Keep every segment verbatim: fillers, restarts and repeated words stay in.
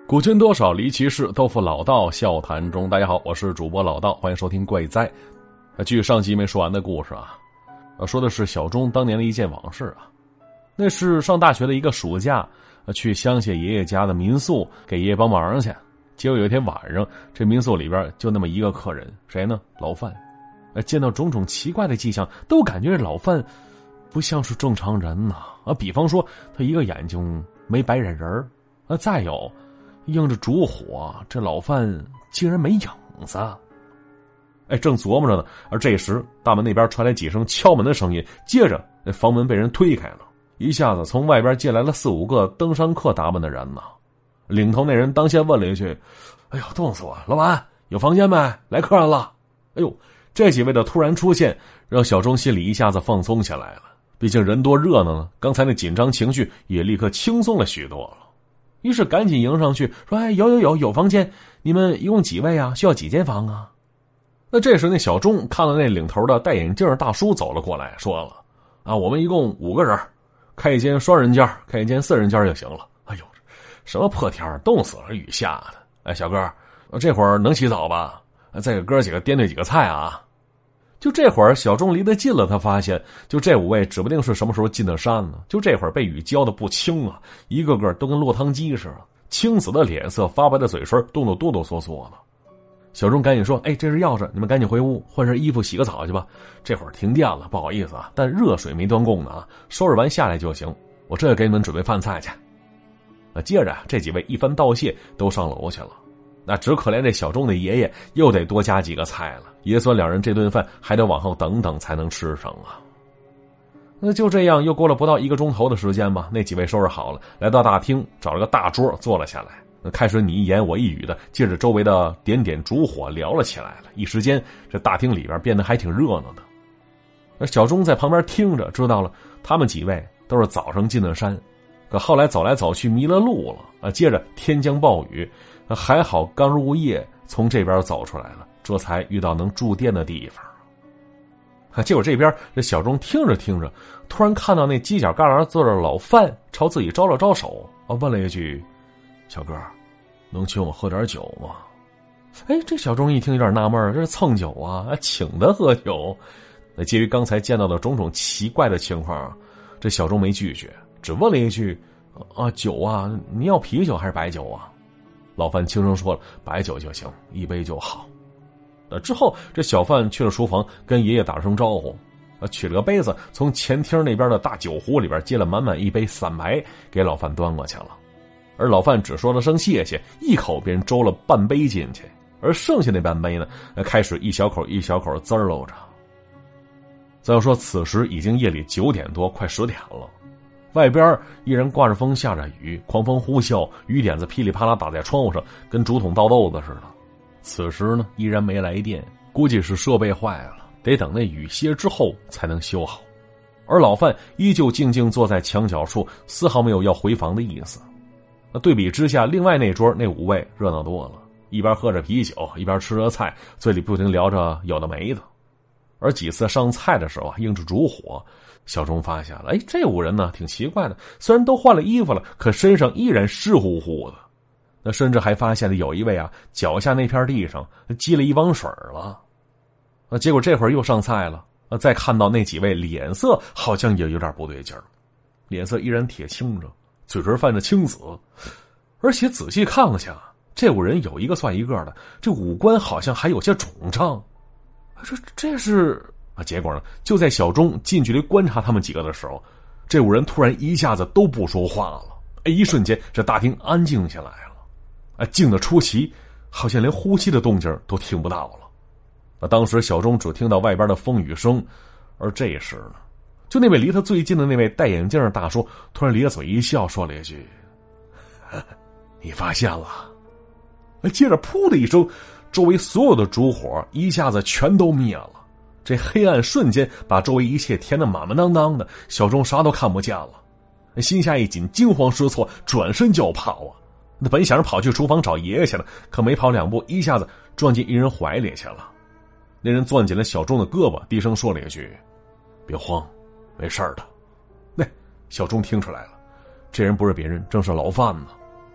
古今多少离奇事，都付老道笑谈中。大家好，我是主播老道，欢迎收听怪哉。据上集没说完的故事啊，说的是小钟当年的一件往事啊。那是上大学的一个暑假，去乡下爷爷家的民宿给爷爷帮忙去。结果有一天晚上，这民宿里边就那么一个客人，谁呢？老范。见到种种奇怪的迹象，都感觉老范不像是正常人呐啊！比方说，他一个眼睛没白眼仁啊，再有映着烛火，这老范竟然没影子。哎，正琢磨着呢，而这时大门那边传来几声敲门的声音，接着那房门被人推开了，一下子从外边进来了四五个登山客打扮的人呢。领头那人当先问了一句：“哎呦，冻死我！老板有房间没？来客人了。”哎呦，这几位的突然出现，让小钟心里一下子放松下来了。毕竟人多热闹呢，刚才那紧张情绪也立刻轻松了许多了。于是赶紧迎上去说：“哎，有有有有房间，你们一共几位啊？需要几间房啊？”那这时那小钟看到那领头的戴眼镜大叔走了过来，说了：“啊，我们一共五个人，开一间双人间，开一间四人间就行了。”哎呦，什么破天，冻死了，雨下的。哎，小哥，这会儿能洗澡吧？再给哥几个掂对几个菜啊。就这会儿小钟离得近了，他发现就这五位指不定是什么时候进的山呢。就这会儿被雨浇得不轻啊，一个个都跟落汤鸡似的，青紫的脸色，发白的嘴唇，冻得哆哆嗦嗦的。小钟赶紧说：“哎，这是钥匙，你们赶紧回屋换身衣服洗个澡去吧。这会儿停电了，不好意思啊，但热水没断供呢啊，收拾完下来就行，我这就给你们准备饭菜去。”啊，接着这几位一番道谢，都上楼去了。那只可怜这小钟的爷爷又得多加几个菜了，爷孙两人这顿饭还得往后等等才能吃上啊。那就这样又过了不到一个钟头的时间吧，那几位收拾好了，来到大厅，找了个大桌坐了下来，开始你一言我一语的，借着周围的点点烛火聊了起来了。一时间这大厅里边变得还挺热闹的。而小钟在旁边听着，知道了他们几位都是早上进的山，可后来走来走去迷了路了啊。接着天将暴雨，还好刚入夜从这边走出来了，这才遇到能住店的地方。啊，结果这边这小钟听着听着，突然看到那犄角旮旯坐着老范，朝自己招了招手啊，问了一句：“小哥，能请我喝点酒吗？”哎，这小钟一听有点纳闷，这是蹭酒啊，请他喝酒。那基于刚才见到的种种奇怪的情况，这小钟没拒绝，只问了一句：“啊，酒啊，你要啤酒还是白酒啊？”老范轻声说了：“白酒就行，一杯就好。”呃，之后这小范去了书房，跟爷爷打声招呼，呃，取了个杯子，从前厅那边的大酒壶里边接了满满一杯散白，给老范端过去了。而老范只说了声谢谢，一口便周了半杯进去，而剩下那半杯呢，开始一小口一小口滋溜着。再要说，此时已经夜里九点多，快十点了。外边依然刮着风下着雨，狂风呼啸，雨点子噼里啪啦打在窗户上，跟竹筒倒豆子似的。此时呢，依然没来电，估计是设备坏了，得等那雨歇之后才能修好。而老范依旧静静坐在墙角处，丝毫没有要回房的意思。那对比之下，另外那桌那五位热闹多了，一边喝着啤酒，一边吃着菜，嘴里不停聊着有的没的。而几次上菜的时候啊，映着烛火，小钟发现了，哎，这五人呢挺奇怪的，虽然都换了衣服了，可身上依然湿乎乎的。那甚至还发现了有一位啊，脚下那片地上积了一汪水了。啊，结果这会儿又上菜了，啊，再看到那几位脸色好像也有点不对劲儿，脸色依然铁青着，嘴唇泛着青紫，而且仔细看了下，这五人有一个算一个的，这五官好像还有些肿胀。这这是啊，结果呢，就在小钟近距离观察他们几个的时候，这五人突然一下子都不说话了。哎，一瞬间这大厅安静下来了，啊，静得出奇，好像连呼吸的动静都听不到了。啊，当时小钟只听到外边的风雨声，而这时呢，就那位离他最近的那位戴眼镜的大叔突然咧嘴一笑，说了一句：“你发现了。”接着噗的一声，周围所有的烛火一下子全都灭了，这黑暗瞬间把周围一切填得满满当当的，小钟啥都看不见了，心下一紧，惊慌失措，转身就要跑啊！那本想着跑去厨房找爷爷去了，可没跑两步，一下子撞进一人怀里去了。那人攥紧了小钟的胳膊，低声说了一句：“别慌，没事的。”那小钟听出来了，这人不是别人，正是老范呢。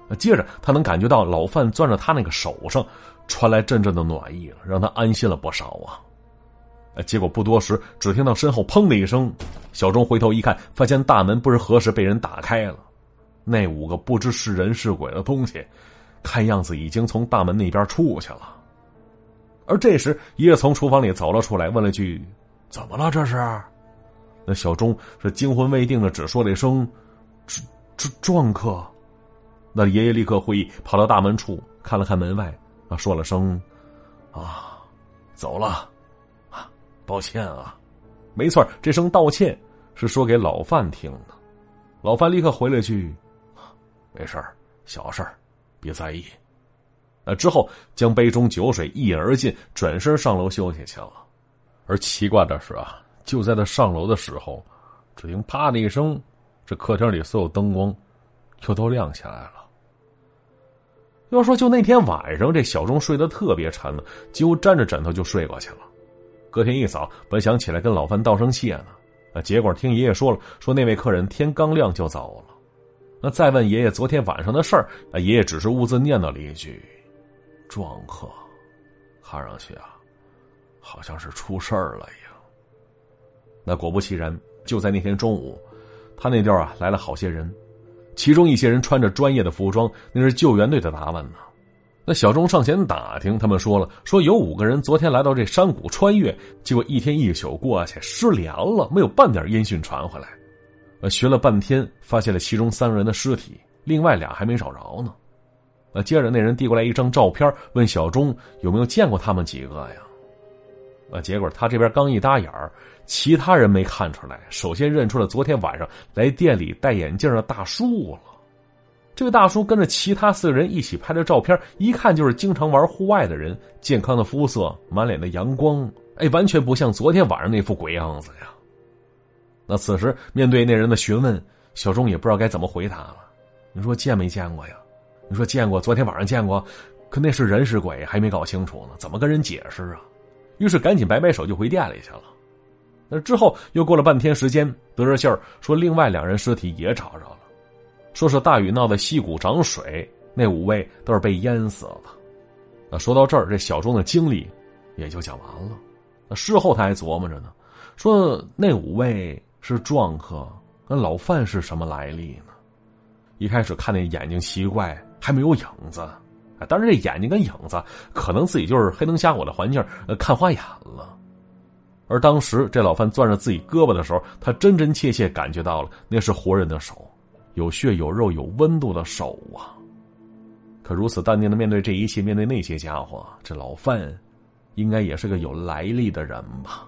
接着他能感觉到老范攥着他那个手上传来阵阵的暖意了，让他安心了不少啊。结果不多时，只听到身后砰的一声，小钟回头一看，发现大门不知何时被人打开了。那五个不知是人是鬼的东西，看样子已经从大门那边出去了。而这时爷爷从厨房里走了出来，问了句：“怎么了这是？”那小钟是惊魂未定的，只说了一声：“撞撞客。”那爷爷立刻会意，跑到大门处看了看门外，啊，说了声：“啊，走了，啊，抱歉啊。”没错，这声道歉是说给老范听的。老范立刻回了句：“没事儿，小事儿，别在意。”那之后将杯中酒水一饮而尽，转身上楼休息去了。而奇怪的是啊，就在他上楼的时候，只听啪的一声，这客厅里所有灯光又都亮起来了。要说就那天晚上，这小钟睡得特别沉了，几乎沾着枕头就睡过去了。隔天一早，本想起来跟老范道声谢呢，啊，结果听爷爷说了，说那位客人天刚亮就走了。那再问爷爷昨天晚上的事儿，啊，爷爷只是兀自念叨了一句：“撞客。”看上去啊，好像是出事儿了一样。那果不其然，就在那天中午，他那地儿啊来了好些人。其中一些人穿着专业的服装，那是救援队的打扮呢。那小钟上前打听，他们说了，说有五个人昨天来到这山谷穿越，结果一天一宿过去失联了，没有半点音讯传回来。呃，寻了半天，发现了其中三个人的尸体，另外俩还没找着呢。那接着那人递过来一张照片，问小钟有没有见过他们几个呀？啊，结果他这边刚一搭眼儿，其他人没看出来，首先认出了昨天晚上来店里戴眼镜的大叔了。这个大叔跟着其他四个人一起拍的照片，一看就是经常玩户外的人，健康的肤色，满脸的阳光，哎，完全不像昨天晚上那副鬼样子呀。那此时面对那人的询问，小钟也不知道该怎么回答了。你说见没见过呀？你说见过，昨天晚上见过，可那是人是鬼还没搞清楚呢，怎么跟人解释啊？于是赶紧摆摆手就回店里去了。那之后又过了半天时间，得知信儿说另外两人尸体也找着了，说是大雨闹的溪谷涨水，那五位都是被淹死的。那说到这儿，这小钟的经历也就讲完了。那事后他还琢磨着呢，说那五位是撞客，那老范是什么来历呢？一开始看那眼睛奇怪，还没有影子，当然这眼睛跟影子可能自己就是黑灯瞎火的环境，呃，看花眼了。而当时这老范攥着自己胳膊的时候，他真真切切感觉到了那是活人的手，有血有肉有温度的手啊。可如此淡定的面对这一切，面对那些家伙，这老范应该也是个有来历的人吧。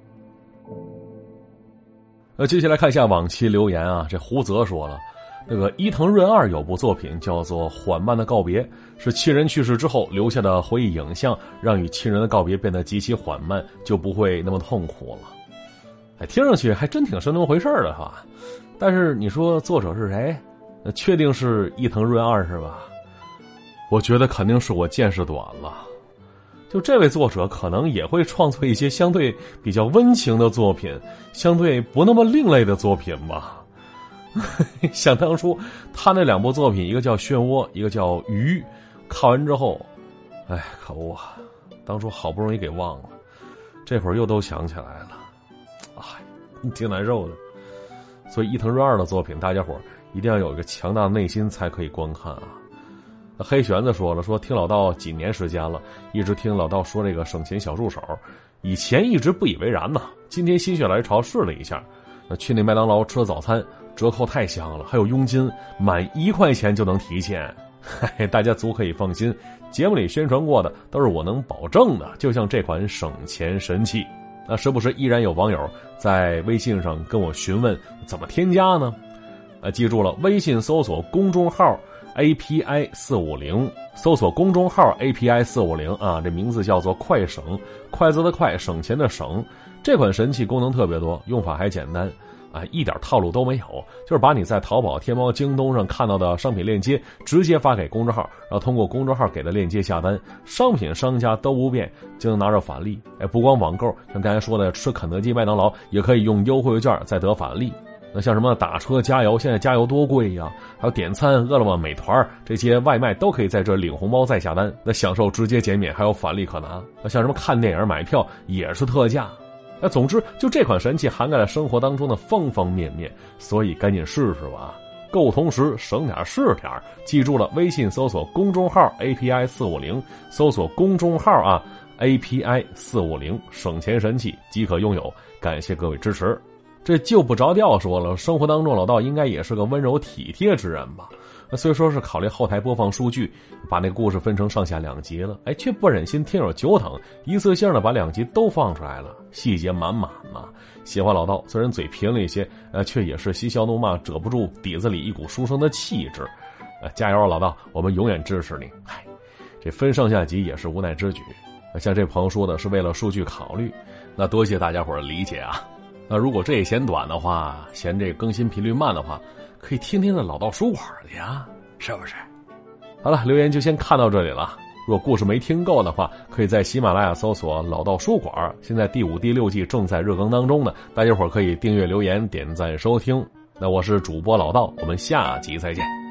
呃，接下来看一下往期留言啊。这胡泽说了，那个伊藤润二有部作品叫做《缓慢的告别》，是亲人去世之后留下的回忆影像，让与亲人的告别变得极其缓慢，就不会那么痛苦了。哎，听上去还真挺是那么回事的哈。但是你说作者是谁？呃，确定是伊藤润二是吧？我觉得肯定是我见识短了。就这位作者可能也会创作一些相对比较温情的作品，相对不那么另类的作品吧。想当初他那两部作品，一个叫《漩涡》，一个叫《鱼》，看完之后，哎，可恶啊！当初好不容易给忘了，这会儿又都想起来了，哎，挺难受的。所以伊藤润二的作品，大家伙一定要有一个强大的内心才可以观看啊。黑玄子说了，说听老道几年时间了，一直听老道说这个省钱小助手，以前一直不以为然呢，今天心血来潮试了一下，那去那麦当劳吃的早餐折扣太香了，还有佣金满一块钱就能提现，嘿，大家足可以放心，节目里宣传过的都是我能保证的，就像这款省钱神器。那时不时依然有网友在微信上跟我询问怎么添加呢？啊，记住了，微信搜索公众号 A P I 四五零， 搜索公众号 A P I 四五零 啊，这名字叫做快省，快字的快，省钱的省。这款神器功能特别多，用法还简单啊，一点套路都没有，就是把你在淘宝、天猫、京东上看到的商品链接直接发给公众号，然后通过公众号给的链接下单，商品商家都不变，就能拿着返利。哎，不光网购，像刚才说的吃肯德基、麦当劳也可以用优惠券再得返利。 那像什么打车加油，现在加油多贵呀，还有点餐饿了么美团这些外卖都可以在这领红包再下单，那享受直接减免还有返利可拿。那像什么看电影买票也是特价。那总之就这款神器涵盖了生活当中的方方面面，所以赶紧试试吧，购同时省点是点。记住了，微信搜索公众号 A P I 四五零， 搜索公众号啊 A P I 四五零， 省钱神器即可拥有。感谢各位支持。这就不着调说了，生活当中老道应该也是个温柔体贴之人吧。那虽说是考虑后台播放数据，把那个故事分成上下两集了，哎，却不忍心听友久等，一次性的把两集都放出来了，细节满满嘛。喜欢老道虽然嘴贫了一些，呃，却也是嬉笑怒骂遮不住底子里一股书生的气质。呃，加油啊，老道，我们永远支持你。唉，这分上下集也是无奈之举。像这朋友说的是为了数据考虑，那多谢大家伙儿理解啊。那如果这也嫌短的话，嫌这更新频率慢的话，可以听听那老道书馆去呀，是不是？好了，留言就先看到这里了。如果故事没听够的话，可以在喜马拉雅搜索老道书馆，现在第五第六季正在热更当中呢，大家伙儿可以订阅留言点赞收听。那我是主播老道，我们下集再见。